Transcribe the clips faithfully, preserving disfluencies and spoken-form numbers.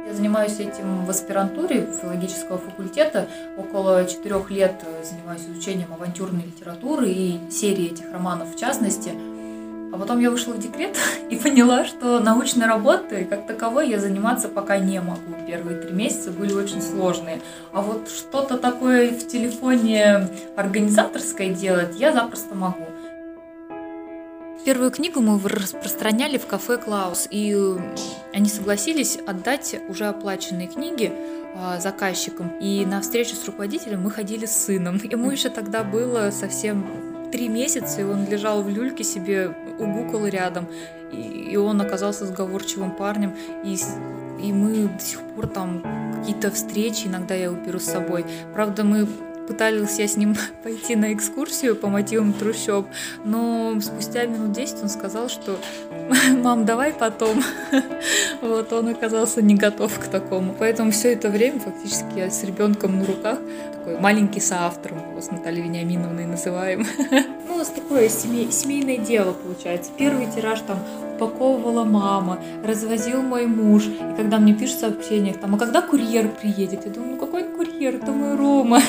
Я занимаюсь этим в аспирантуре филологического факультета. Около четырех лет занимаюсь изучением авантюрной литературы и серии этих романов в частности. А потом я вышла в декрет и поняла, что научной работой как таковой я заниматься пока не могу. Первые три месяца были очень сложные. А вот что-то такое в телефоне организаторское делать я запросто могу. Первую книгу мы распространяли в кафе «Клаус», и они согласились отдать уже оплаченные книги заказчикам. И на встречу с руководителем мы ходили с сыном. Ему еще тогда было совсем три месяца, и он лежал в люльке себе, угукал рядом. И, и он оказался сговорчивым парнем. И, и мы до сих пор там какие-то встречи, иногда я его беру с собой. Правда, мы пытались я с ним пойти на экскурсию по мотивам трущоб, но спустя минут десять он сказал, что «Мам, давай потом». Вот, он оказался не готов к такому. Поэтому все это время фактически я с ребенком на руках, такой маленький соавтор, мы его с Натальей Вениаминовной называем. Ну, у нас такое семей, семейное дело получается. Первый тираж там упаковывала мама, развозил мой муж. И когда мне пишут в сообщениях, там, а когда курьер приедет? Я думаю, ну какой курьер? Это мой Рома.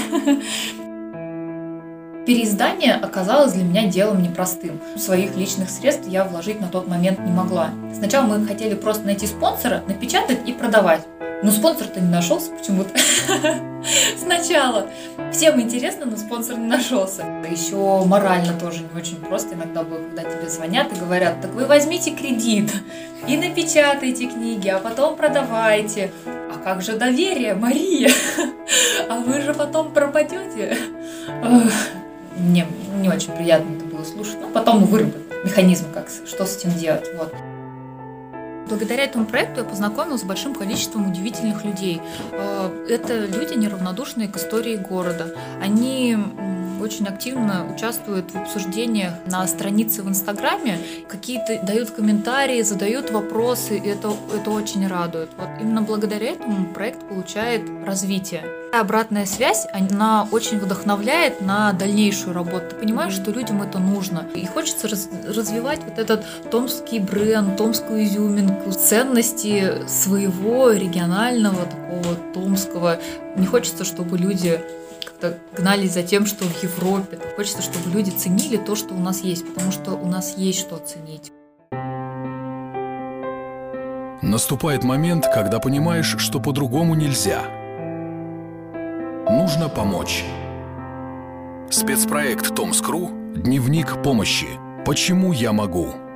Переиздание оказалось для меня делом непростым. Своих личных средств я вложить на тот момент не могла. Сначала мы хотели просто найти спонсора, напечатать и продавать. Но спонсор-то не нашелся почему-то. Сначала. Всем интересно, но спонсор не нашелся. Еще морально тоже не очень просто иногда было, когда тебе звонят и говорят, так вы возьмите кредит и напечатайте книги, а потом продавайте. А как же доверие, Мария? А вы же потом пропадете. Мне не очень приятно это было слушать, но потом мы выработали механизм, как, что с этим делать. Вот. Благодаря этому проекту я познакомилась с большим количеством удивительных людей. Это люди, неравнодушные к истории города. Они очень активно участвуют в обсуждениях на странице в Инстаграме, какие-то дают комментарии, задают вопросы, и это, это очень радует. Вот именно благодаря этому проект получает развитие. Обратная связь, она очень вдохновляет на дальнейшую работу. Ты понимаешь, что людям это нужно. И хочется раз, развивать вот этот томский бренд, томскую изюминку, ценности своего регионального, такого томского. Не хочется, чтобы люди как-то гнались за тем, что в Европе. Хочется, чтобы люди ценили то, что у нас есть, потому что у нас есть что ценить. Наступает момент, когда понимаешь, что по-другому нельзя. Нужно помочь. Спецпроект Томск.ру. Дневник помощи. Почему я могу?